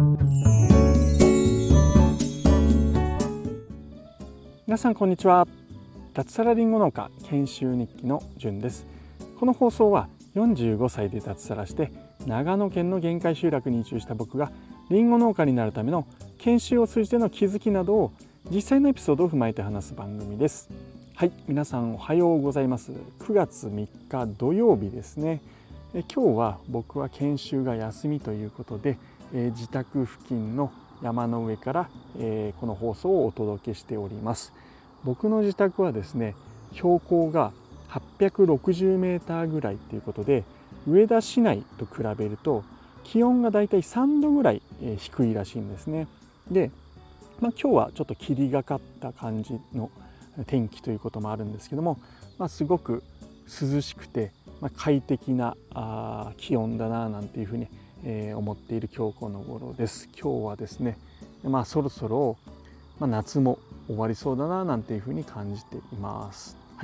皆さんこんにちは。脱サラリンゴ農家研修日記のじゅんです。この放送は45歳で脱サラして長野県の限界集落に移住した僕がリンゴ農家になるための研修を通じての気づきなどを実際のエピソードを踏まえて話す番組です。はい、皆さんおはようございます。9月3日土曜日ですね。今日は僕は研修が休みということで、自宅付近の山の上から、この放送をお届けしております。僕の自宅はですね、標高が860メーターぐらいということで、上田市内と比べると気温がだいたい3度ぐらい低いらしいんですね。で、今日はちょっと霧がかった感じの天気ということもあるんですけども、すごく涼しくて、快適な気温だななんていうふうに思っている今日この頃です。今日はですね、そろそろ夏も終わりそうだななんていうふうに感じています。はい、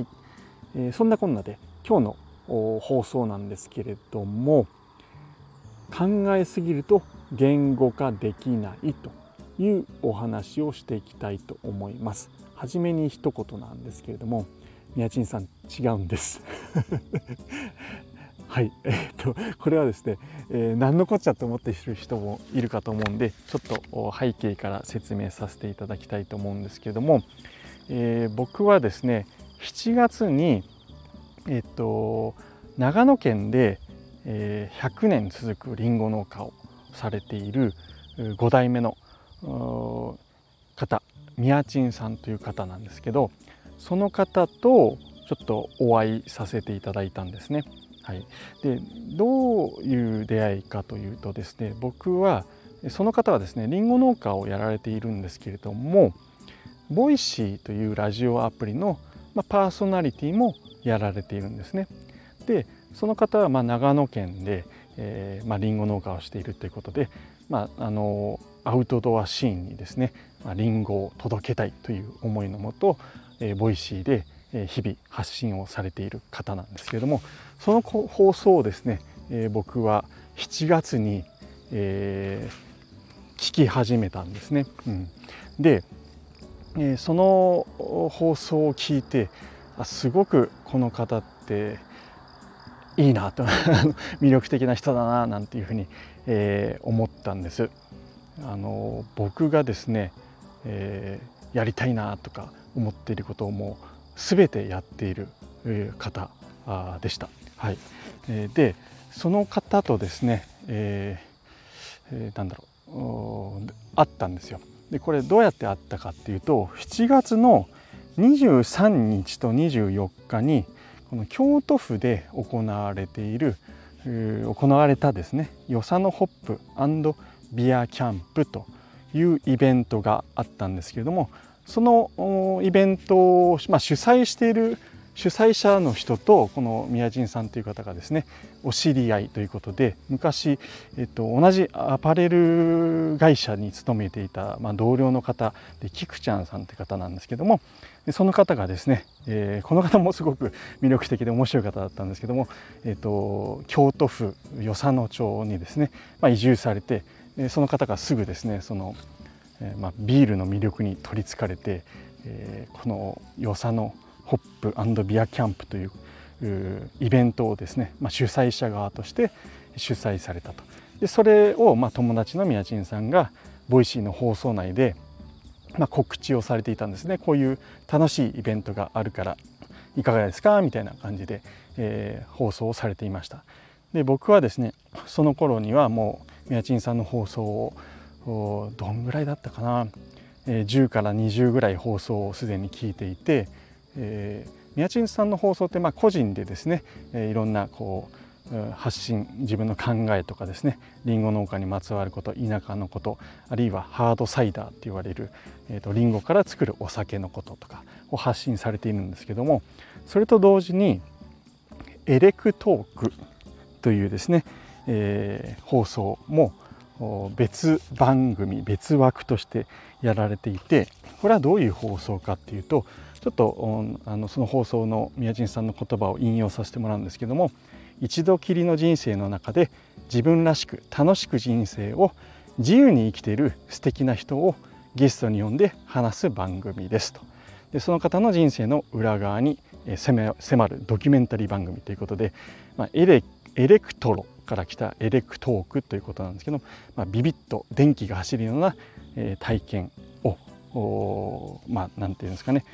そんなこんなで今日の放送なんですけれども、考えすぎると言語化できないというお話をしていきたいと思います。はじめに一言なんですけれども、宮珍さん違うんですはい、これはですね、何のこっちゃと思っている人もいるかと思うんで、ちょっと背景から説明させていただきたいと思うんですけれども、僕はですね7月に、長野県で、100年続くりんご農家をされている5代目の方、宮珍さんという方なんですけど、その方とちょっとお会いさせていただいたんですね。はい、でどういう出会いかというとですね、僕はその方はですねりんご農家をやられているんですけれども、ボイシーというラジオアプリのパーソナリティもやられているんですね。でその方は長野県でりんご農家をしているということで、アウトドアシーンにですねりんごを届けたいという思いのもと、ボイシーで日々発信をされている方なんですけれども、その放送をですね、僕は7月に、聞き始めたんですね。で、その放送を聞いて、すごくこの方っていいなと魅力的な人だななんていうふうに、思ったんです。僕がですね、やりたいなとか思っていることをもう全てやっている方でした。はい、でその方とですね、会ったんですよ。でこれどうやって会ったかっていうと、7月の23日と24日にこの京都府で行われたですね、与謝野ホップ&ビアキャンプというイベントがあったんですけれども、そのイベントを主催している主催者の人とこの宮珍さんという方がですねお知り合いということで、昔、同じアパレル会社に勤めていた、同僚の方でキクちゃんさんという方なんですけども、その方がですね、この方もすごく魅力的で面白い方だったんですけども、京都府与謝野町にですね、移住されて、その方がすぐですねその、ビールの魅力に取りつかれて、この与謝野ホップ&ビアキャンプというイベントをですね、主催者側として主催されたと。でそれを友達の宮珍さんがボイシーの放送内で告知をされていたんですね。こういう楽しいイベントがあるからいかがですかみたいな感じで、放送をされていました。で僕はですねその頃にはもう宮珍さんの放送をどんぐらいだったかな、10から20ぐらい放送をすでに聞いていて、宮珍さんの放送って個人でですね、いろんな発信、自分の考えとかですね、りんご農家にまつわること、田舎のこと、あるいはハードサイダーって言われるりんごから作るお酒のこととかを発信されているんですけども、それと同時にエレクトークというですね、放送も別番組、別枠としてやられていて、これはどういう放送かっていうと、ちょっとその放送の宮珍さんの言葉を引用させてもらうんですけども、一度きりの人生の中で自分らしく楽しく人生を自由に生きている素敵な人をゲストに呼んで話す番組ですと。でその方の人生の裏側に迫るドキュメンタリー番組ということで、エレクトロから来たエレクトークということなんですけど、ビビッと電気が走るような、体験をなんていうんですかね、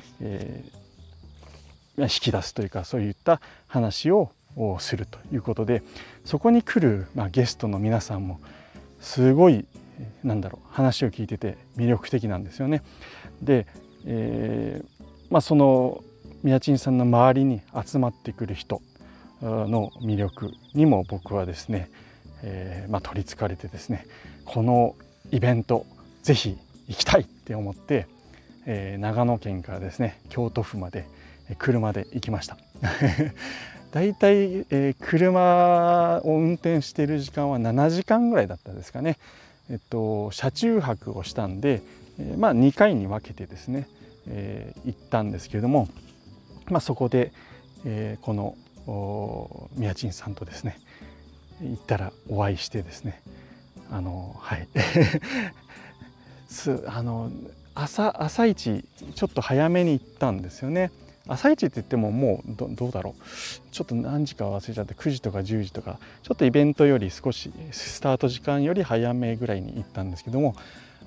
引き出すというか、そういった話をするということで、そこに来る、ゲストの皆さんもすごい話を聞いてて魅力的なんですよね。で、その宮珍さんの周りに集まってくる人の魅力にも僕はですね、取りつかれてですね、このイベントぜひ行きたいって思って、長野県からですね京都府まで車で行きましただいたい車を運転している時間は7時間ぐらいだったですかね。車中泊をしたんで、2回に分けてですね、行ったんですけれども、そこで、この宮珍さんとですね行ったらお会いしてですね、朝一ちょっと早めに行ったんですよね。朝一って言ってももうどうだろう、ちょっと何時か忘れちゃって、9時とか10時とか、ちょっとイベントより少しスタート時間より早めぐらいに行ったんですけども、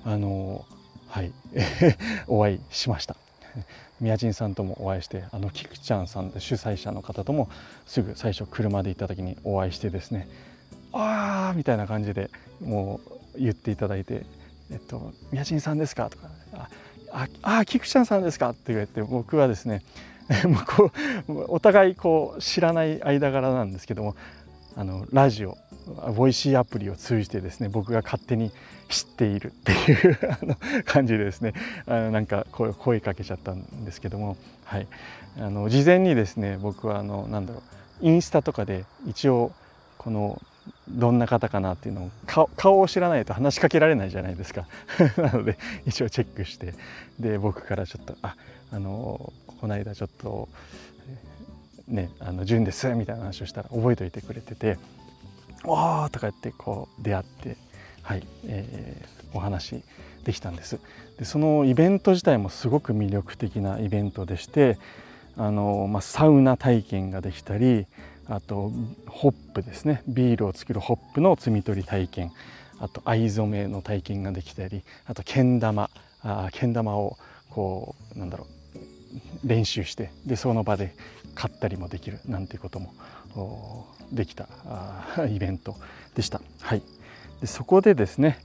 お会いしました。宮珍さんともお会いして、キクちゃんさん主催者の方ともすぐ最初車で行った時にお会いしてですね、あーみたいな感じでもう言っていただいて、宮珍さんですかとか、キクちゃんさんですかって言われて、僕はですねお互い知らない間柄なんですけども、ラジオボイシーアプリを通じてですね、僕が勝手に知っているっていう感じでですね、声かけちゃったんですけども、事前にですね、僕はインスタとかで一応どんな方かなっていうのを顔を知らないと話しかけられないじゃないですかなので一応チェックして、で僕からちょっとこの間ちょっとね純ですみたいな話をしたら覚えておいてくれてて、わーとか言って出会って、お話できたんです。でそのイベント自体もすごく魅力的なイベントでして、サウナ体験ができたり、あとホップですね、ビールを作るホップの摘み取り体験、あと藍染めの体験ができたり、あとけん玉を練習して、でその場で買ったりもできるなんていうこともできたイベントでした。でそこでですね、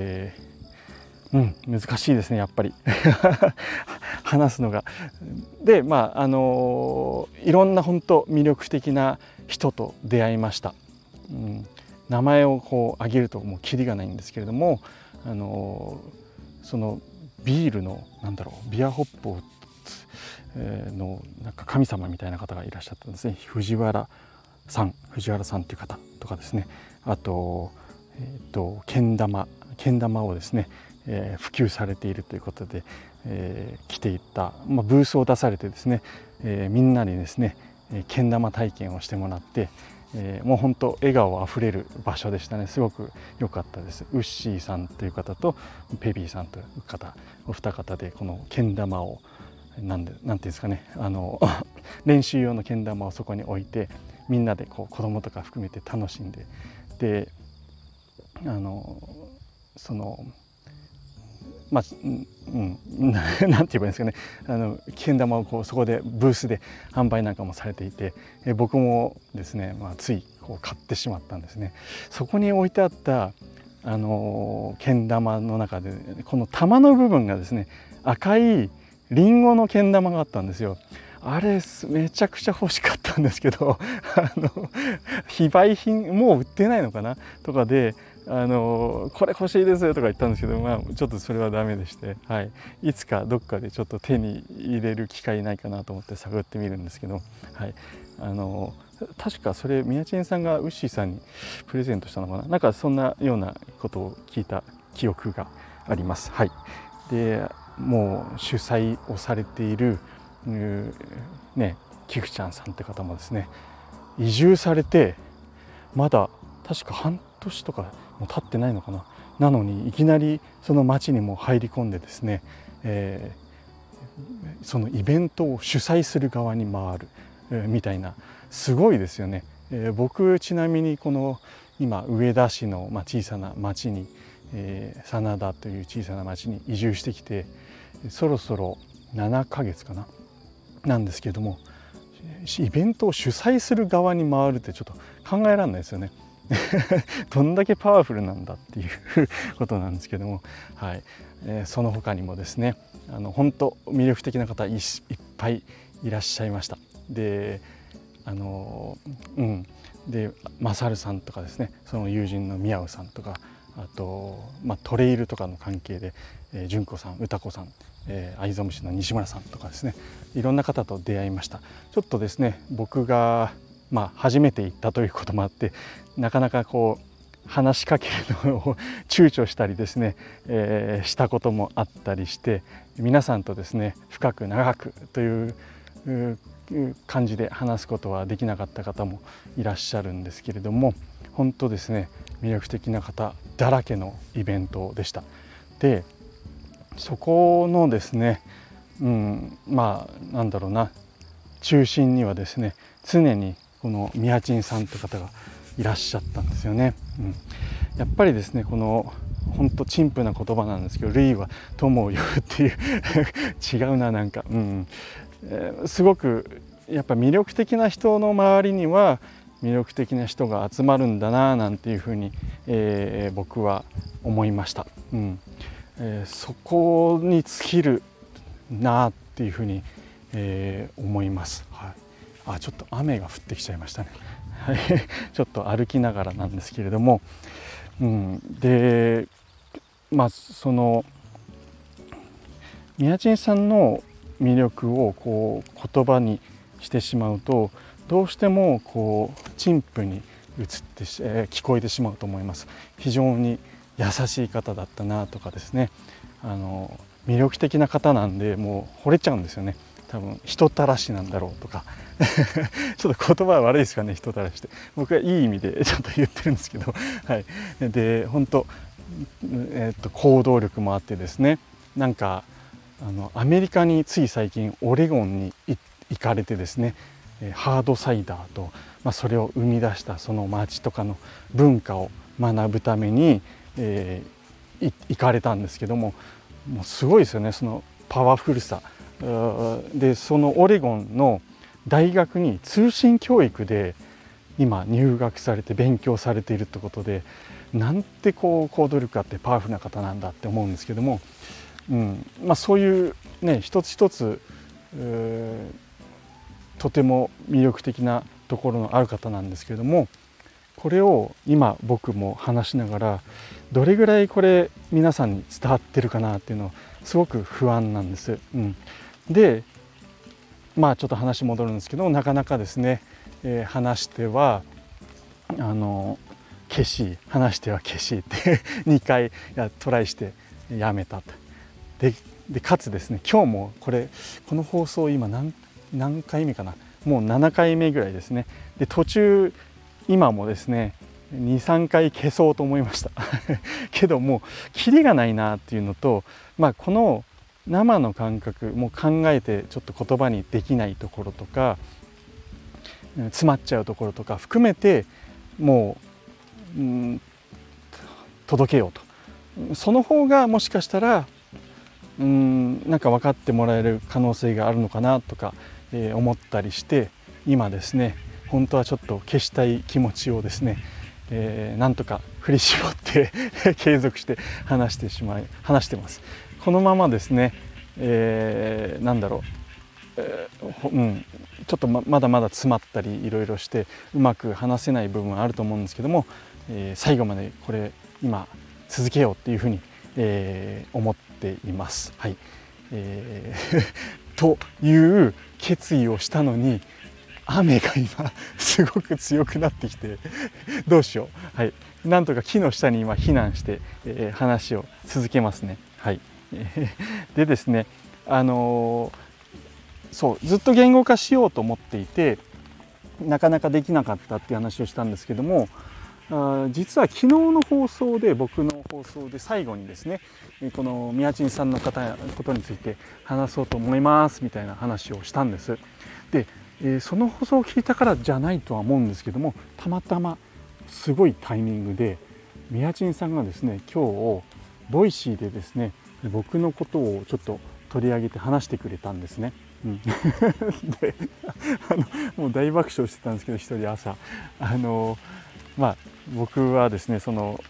難しいですねやっぱり話すのが。でいろんな本当魅力的な人と出会いました。名前を挙げるともうキリがないんですけれども、そのビールのビアホップをの神様みたいな方がいらっしゃったんですね。藤原さんっていう方とかですね、あとけん玉をですね、普及されているということで、来ていた、ブースを出されてですね、みんなにですねけん玉体験をしてもらって、もう本当笑顔あふれる場所でしたね。すごく良かったです。ウッシーさんという方とペビーさんという方、お二方でこのけん玉をなんていうんですかね、練習用のけん玉をそこに置いて、みんなで子供とか含めて楽しんで、でなんて言えばいいんですかね、けん玉をそこでブースで販売なんかもされていて、僕もですね、つい買ってしまったんですね。そこに置いてあったけん玉の中で、この玉の部分がですね赤いリンゴのけん玉があったんですよ。あれめちゃくちゃ欲しかったんですけど非売品もう売ってないのかなとかで、これ欲しいですとか言ったんですけど、ちょっとそれはダメでして、いつかどっかでちょっと手に入れる機会ないかなと思って探ってみるんですけど、確かそれ宮珍さんがウッシーさんにプレゼントしたのかな、そんなようなことを聞いた記憶があります。でもう主催をされているキクちゃんさんって方もですね、移住されてまだ確か半年とかも経ってないのかな、 なのにいきなりその町にも入り込んでですね、そのイベントを主催する側に回る、みたいな、すごいですよね。僕ちなみにこの今上田市の、小さな町に、真田という小さな町に移住してきてそろそろ7ヶ月かななんですけれども、イベントを主催する側に回るってちょっと考えられないですよね。どんだけパワフルなんだっていうことなんですけども、はい、その他にもですね、本当魅力的な方いっぱいいらっしゃいました。ででマサルさんとかですね、その友人の宮尾さんとか、あと、トレイルとかの関係で、純子さん、歌子さん、藍染師の西村さんとかですね、いろんな方と出会いました。ちょっとですね、僕が、初めて行ったということもあってなかなかこう話しかけるのを躊躇したりですね、したこともあったりして、皆さんとですね深く長くという感じで話すことはできなかった方もいらっしゃるんですけれども、本当ですね魅力的な方だらけのイベントでした。でそこのですね、なんだろうな、中心にはですね常にこのミヤチンさんという方がいらっしゃったんですよね。やっぱりですねこの本当陳腐な言葉なんですけど、類は友を呼ぶっていう違うな、なんか、すごくやっぱ魅力的な人の周りには魅力的な人が集まるんだななんていうふうに、僕は思いました。そこに尽きるなっていうふうに、思います。ちょっと雨が降ってきちゃいましたね。ちょっと歩きながらなんですけれども、でその宮地さんの魅力をこう言葉にしてしまうとどうしてもこう陳腐に映って、聞こえてしまうと思います。非常に優しい方だったなとかですね、魅力的な方なんでもう惚れちゃうんですよね。多分人たらしなんだろうとかちょっと言葉は悪いですかね、人たらしって僕はいい意味でちょっと言ってるんですけど、で本当、行動力もあってですね、なんかアメリカについ最近オレゴンに行かれてですね、ハードサイダーと、それを生み出したその町とかの文化を学ぶために、行かれたんですけども、もうすごいですよね、そのパワフルさで。そのオレゴンの大学に通信教育で今入学されて勉強されているってことで、なんてこう行動力あってパワフルな方なんだって思うんですけども、そういうね一つ一つとても魅力的なところのある方なんですけれども、これを今僕も話しながらどれぐらいこれ皆さんに伝わってるかなっていうのはすごく不安なんです。でちょっと話戻るんですけど、なかなかですね、話しては消し話しては消しって2回トライしてやめたと。でかつですね、今日もこの放送今何回目かな、もう7回目ぐらいですね。で途中今もですね 2,3 回消そうと思いましたけどもキリがないなっていうのと、この生の感覚も考えてちょっと言葉にできないところとか詰まっちゃうところとか含めてもう、届けようと。その方がもしかしたらなんか分かってもらえる可能性があるのかなとか、思ったりして、今ですね本当はちょっと消したい気持ちをですね、なんとか振り絞って継続して話してます。このままですね、なんだろう、ちょっとまだまだ詰まったりいろいろしてうまく話せない部分はあると思うんですけども、最後までこれ今続けようっていうふうに、思っています。という決意をしたのに雨が今すごく強くなってきてどうしよう。なんとか木の下に今避難して、話を続けますね。でですね、ずっと言語化しようと思っていてなかなかできなかったっていう話をしたんですけども、 実は昨日の放送で、僕の放送で最後にですね、この宮珍さんのことについて話そうと思いますみたいな話をしたんです。で、その放送を聞いたからじゃないとは思うんですけども、たまたますごいタイミングで宮珍さんがですね、今日ボイシーでですね、僕のことをちょっと取り上げて話してくれたんですね。でもう大爆笑してたんですけど、一人朝僕はですね、その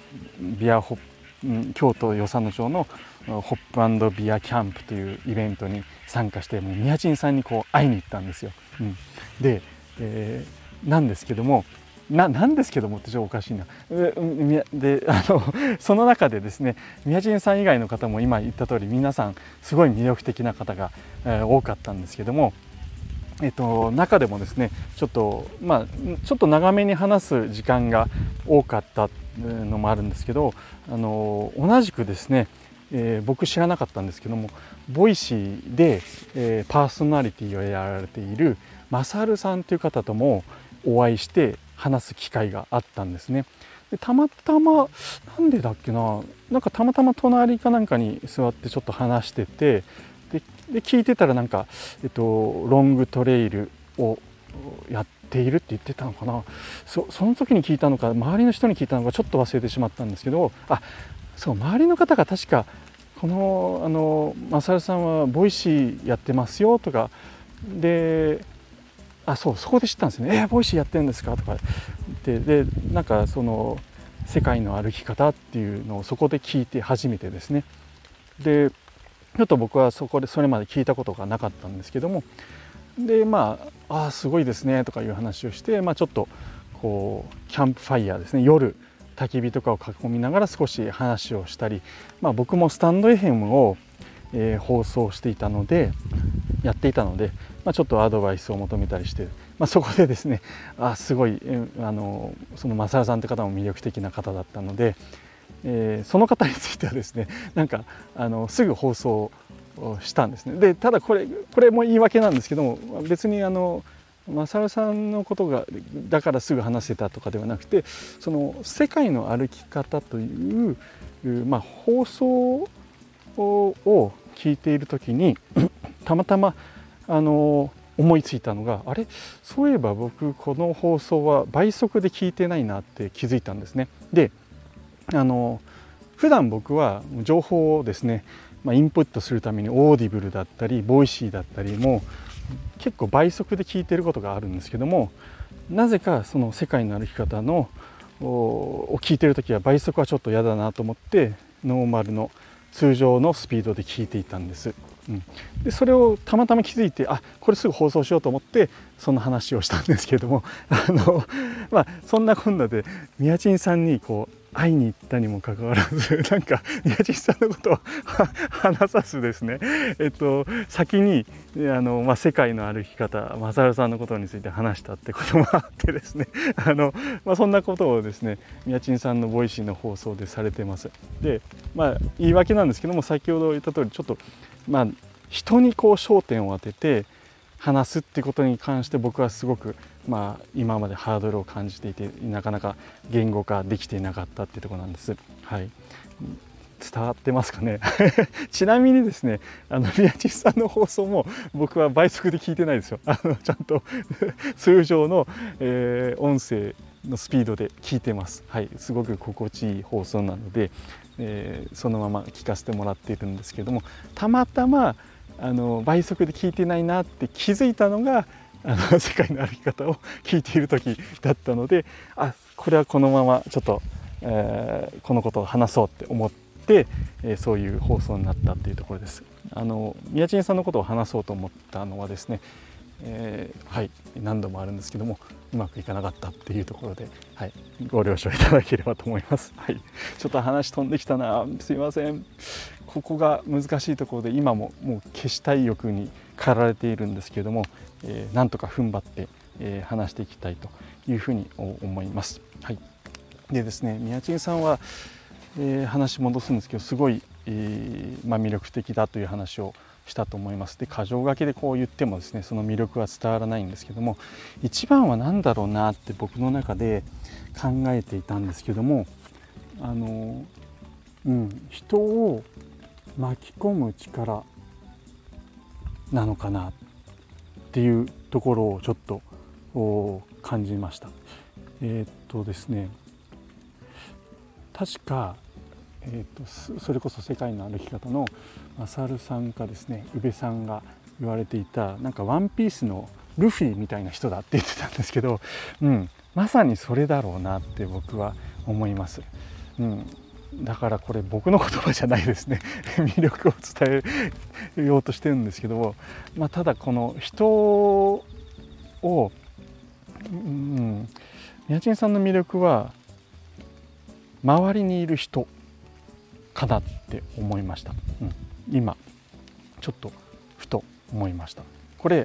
京都与謝野町のホップ&ビアキャンプというイベントに参加して、もう宮珍さんにこう会いに行ったんですよ。で、なんですけどもってちょっとおかしいな。でその中でですね、宮珍さん以外の方も今言った通り皆さんすごい魅力的な方が、多かったんですけども、中でもですねちょっと長めに話す時間が多かったのもあるんですけど、同じくですね、僕知らなかったんですけども、ボイシーで、パーソナリティをやられているマサルさんという方ともお会いして話す機会があったんですね。でたまたまなんでだっけな、なんかたまたま隣かなんかに座ってちょっと話してて、で聞いてたらなんか、ロングトレイルをやっているって言ってたのかな。その時に聞いたのか周りの人に聞いたのかちょっと忘れてしまったんですけど、そう、周りの方が確かこのマサルさんはボイシーやってますよとかで、そこで知ったんですね。ボイシーやってるんですかとかでなんかその世界の歩き方っていうのをそこで聞いて初めてですね。でちょっと僕はそれまで聞いたことがなかったんですけども、ですごいですねとかいう話をして、ちょっとこうキャンプファイヤーですね、夜焚き火とかを囲みながら少し話をしたり、僕もスタンド FM を、放送していたのでやっていたので、ちょっとアドバイスを求めたりして、そこでですねすごいそのマサルさんという方も魅力的な方だったので、その方についてはですねなんかすぐ放送をしたんですね。でただこれも言い訳なんですけども、別にマサルさんのことだからすぐ話せたとかではなくて、その世界の歩き方という、放送を聞いている時にたまたま思いついたのが、そういえば僕この放送は倍速で聞いてないなって気づいたんですね。で普段僕は情報をですね、インプットするためにオーディブルだったりボイシーだったりも結構倍速で聞いてることがあるんですけども、なぜかその世界の歩き方を聞いてる時は倍速はちょっと嫌だなと思ってノーマルの通常のスピードで聞いていたんです。でそれをたまたま気づいて、これすぐ放送しようと思ってその話をしたんですけれども、そんなこんなで宮珍さんにこう会いに行ったにもかかわらずなんか宮珍さんのことを話さずですね、先に世界の歩き方マサルさんのことについて話したってこともあってですねそんなことをですね宮珍さんのボイシーの放送でされてます。で言い訳なんですけども、先ほど言った通りちょっと人にこう焦点を当てて話すってことに関して僕はすごく今までハードルを感じていて、なかなか言語化できていなかったっていうところなんです。伝わってますかねちなみにですね宮地さんの放送も僕は倍速で聞いてないですよ。ちゃんと通常の、音声のスピードで聞いてます。すごく心地いい放送なので、そのまま聞かせてもらっているんですけども、たまたま倍速で聞いてないなって気づいたのが世界の歩き方を聞いている時だったので、これはこのままちょっと、このことを話そうって思って、そういう放送になったっていうところです。宮珍さんのことを話そうと思ったのはですね、何度もあるんですけどもうまくいかなかったっていうところで、ご了承いただければと思います。ちょっと話飛んできたな、すいません。ここが難しいところで今もう消したい欲に駆られているんですけれども、なんとか踏ん張って、話していきたいというふうに思います。でですね、宮珍さんは、話戻すんですけどすごい、魅力的だという話をしたと思います。で箇条書きでこう言ってもですねその魅力は伝わらないんですけども、一番は何だろうなって僕の中で考えていたんですけども、人を巻き込む力なのかなっていうところをちょっと感じました。ですね、確か、それこそ世界の歩き方のマサルさんかですね、宇部さんが言われていた、なんかワンピースのルフィみたいな人だって言ってたんですけど、まさにそれだろうなって僕は思います。だからこれ僕の言葉じゃないですね魅力を伝えようとしてるんですけども、ただこの人を、宮地さんの魅力は周りにいる人かなって思いました。今ちょっとふと思いました。これ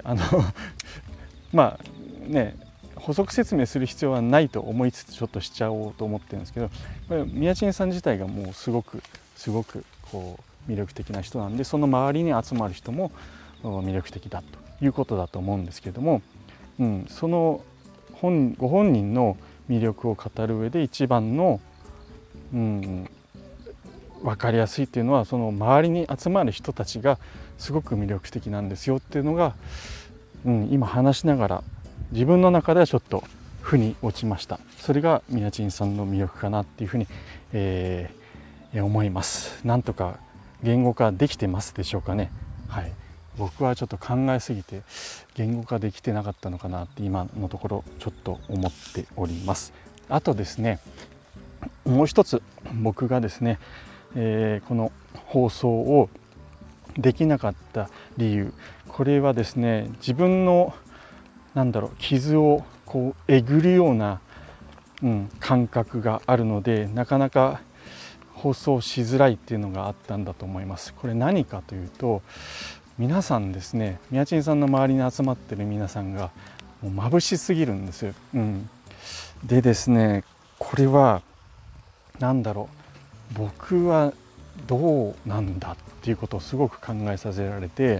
補足説明する必要はないと思いつつちょっとしちゃおうと思ってるんですけど、これ宮地さん自体がもうすごくこう魅力的な人なんで、その周りに集まる人も魅力的だということだと思うんですけども、そのご本人の魅力を語る上で一番の、分かりやすいっていうのは、その周りに集まる人たちがすごく魅力的なんですよっていうのが、今話しながら自分の中ではちょっと腑に落ちました。それが宮地さんの魅力かなっていうふうに、思います。なんとか言語化できてますでしょうかね。僕はちょっと考えすぎて言語化できてなかったのかなって今のところちょっと思っております。あとですね、もう一つ僕がですね、この放送をできなかった理由、これはですね、自分の傷をこうえぐるような、感覚があるので、なかなか放送しづらいっていうのがあったんだと思います。これ何かというと、皆さんですね、宮地さんの周りに集まってる皆さんがもう眩しすぎるんですよ。でですね、これは僕はどうなんだっていうことをすごく考えさせられて、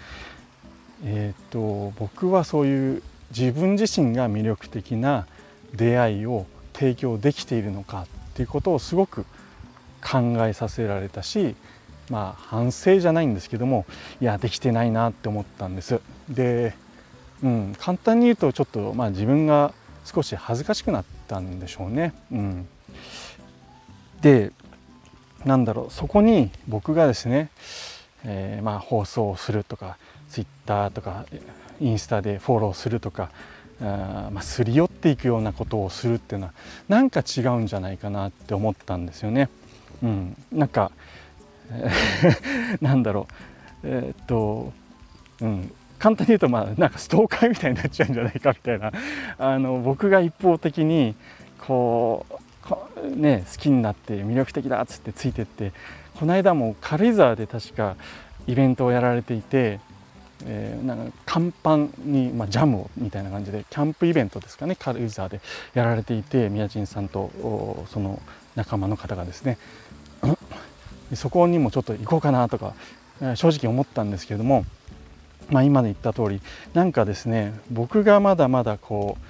僕はそういう自分自身が魅力的な出会いを提供できているのかっていうことをすごく考えさせられたし、反省じゃないんですけども、できてないなって思ったんです。で、簡単に言うとちょっと自分が少し恥ずかしくなったんでしょうね。で、そこに僕がですね、放送するとかツイッターとかインスタでフォローするとか、すり寄っていくようなことをするっていうのはなんか違うんじゃないかなって思ったんですよね。簡単に言うとストーカーみたいになっちゃうんじゃないかみたいな、僕が一方的に好きになって魅力的だっつってついてって、この間も軽井沢で確かイベントをやられていて、甲板に、ジャムをみたいな感じでキャンプイベントですかね、軽井沢でやられていて、宮地さんとその仲間の方がですねそこにもちょっと行こうかなとか正直思ったんですけれども、今で言った通りですね、僕がまだまだ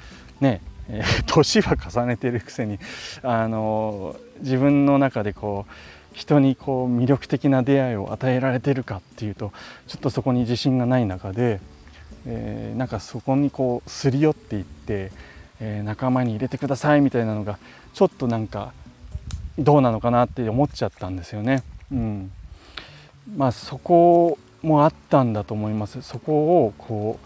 年は重ねているくせに自分の中で人に魅力的な出会いを与えられているかっていうとちょっとそこに自信がない中で、そこにすり寄っていって、仲間に入れてくださいみたいなのがちょっとどうなのかなって思っちゃったんですよね。そこもあったんだと思います。そこを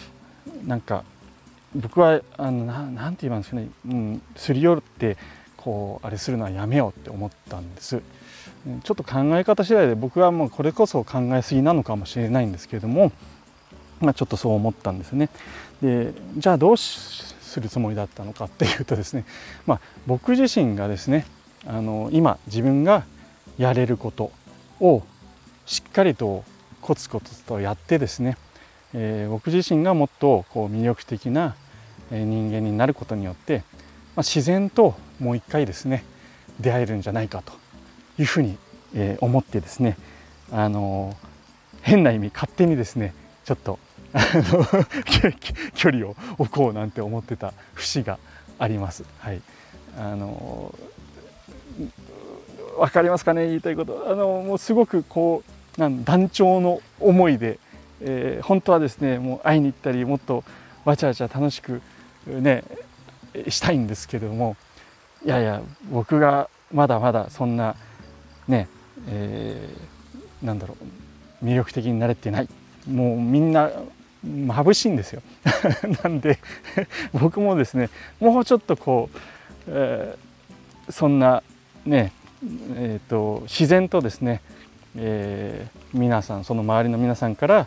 僕はなんて言いますかね、すり寄ってあれするのはやめようって思ったんです。ちょっと考え方次第で僕はもうこれこそ考えすぎなのかもしれないんですけれども、ちょっとそう思ったんですね。で、じゃあどうするつもりだったのかっていうとですね、僕自身がですね、今自分がやれることをしっかりとコツコツとやってですね、僕自身がもっと魅力的な人間になることによって、自然ともう一回ですね出会えるんじゃないかというふうに思ってですね、変な意味勝手にですねちょっと距離を置こうなんて思ってた節があります。 分かりますかね、言いたいこと。もうすごくこう断腸の思いで、本当はですねもう会いに行ったりもっとわちゃわちゃ楽しくねしたいんですけども、いやいや僕がまだまだそんなね、なんだろう、魅力的になれてない。もうみんな眩しいんですよなんで僕もですねもうちょっとこう、そんなね自然とですね、皆さんその周りの皆さんから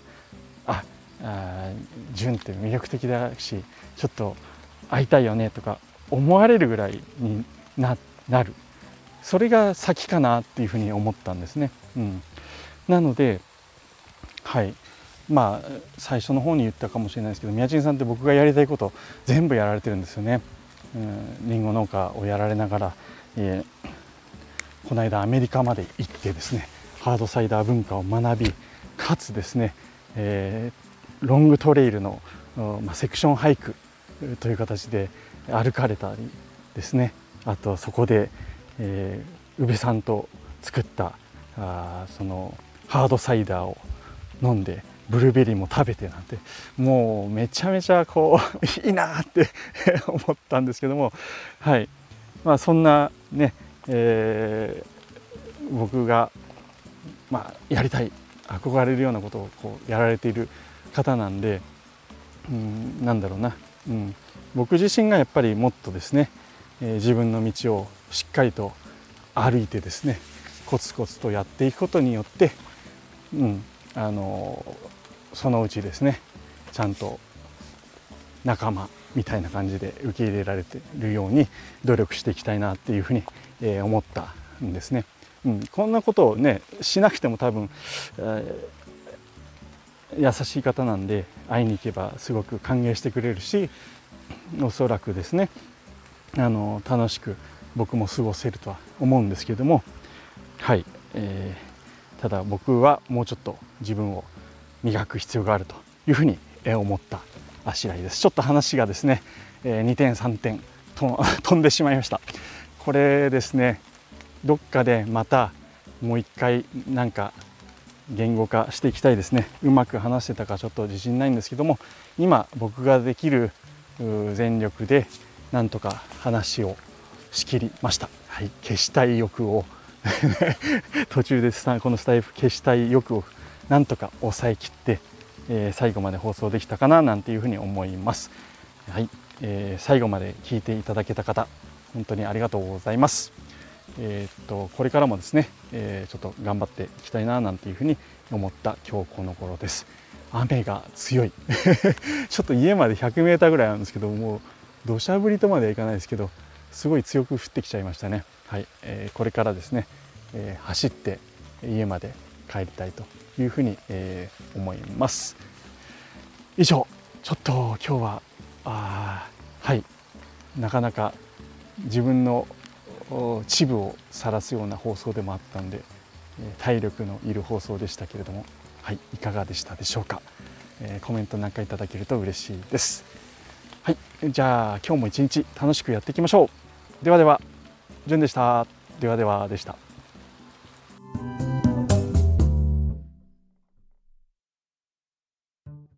純って魅力的だしちょっと会いたいよねとか思われるぐらいになる、それが先かなっていうふうに思ったんですね。なので最初の方に言ったかもしれないですけど、宮地さんって僕がやりたいこと全部やられてるんですよね。りんご農家をやられながら、この間アメリカまで行ってですねハードサイダー文化を学び、かつですね、ロングトレイルの、セクションハイクという形で歩かれたりですね、あとそこで、宇部さんと作ったそのハードサイダーを飲んでブルーベリーも食べてなんて、もうめちゃめちゃこういいなって思ったんですけども、そんなね、僕が、やりたい憧れるようなことをこうやられている方なんで、なんだろうな、僕自身がやっぱりもっとですね、自分の道をしっかりと歩いてですねコツコツとやっていくことによって、そのうちですねちゃんと仲間みたいな感じで受け入れられているように努力していきたいなっていうふうに思ったんですね。こんなことをねしなくても多分、優しい方なんで会いに行けばすごく歓迎してくれるし、おそらくですね楽しく僕も過ごせるとは思うんですけれども、ただ僕はもうちょっと自分を磨く必要があるというふうに思った次第です。ちょっと話がですね2点3点と飛んでしまいました。これですねどっかでまたもう一回なんか言語化していきたいですね。うまく話せたかちょっと自信ないんですけども、今僕ができる全力でなんとか話をしきりました。消したい欲を途中でこのスタイフ消したい欲をなんとか抑えきって、最後まで放送できたかななんていうふうに思います。最後まで聞いていただけた方本当にありがとうございます。これからもですね、ちょっと頑張っていきたいななんていうふうに思った今日この頃です。雨が強いちょっと家まで100メーターぐらいあるんですけど、もう土砂降りとまではいかないですけどすごい強く降ってきちゃいましたね。これからですね、走って家まで帰りたいというふうに、思います。以上、ちょっと今日はなかなか自分の恥部を晒すような放送でもあったんで、体力のいる放送でしたけれども、いかがでしたでしょうか。コメントなんかいただけると嬉しいです。じゃあ今日も一日楽しくやっていきましょう。ではでは、じゅんでした。ではではでした。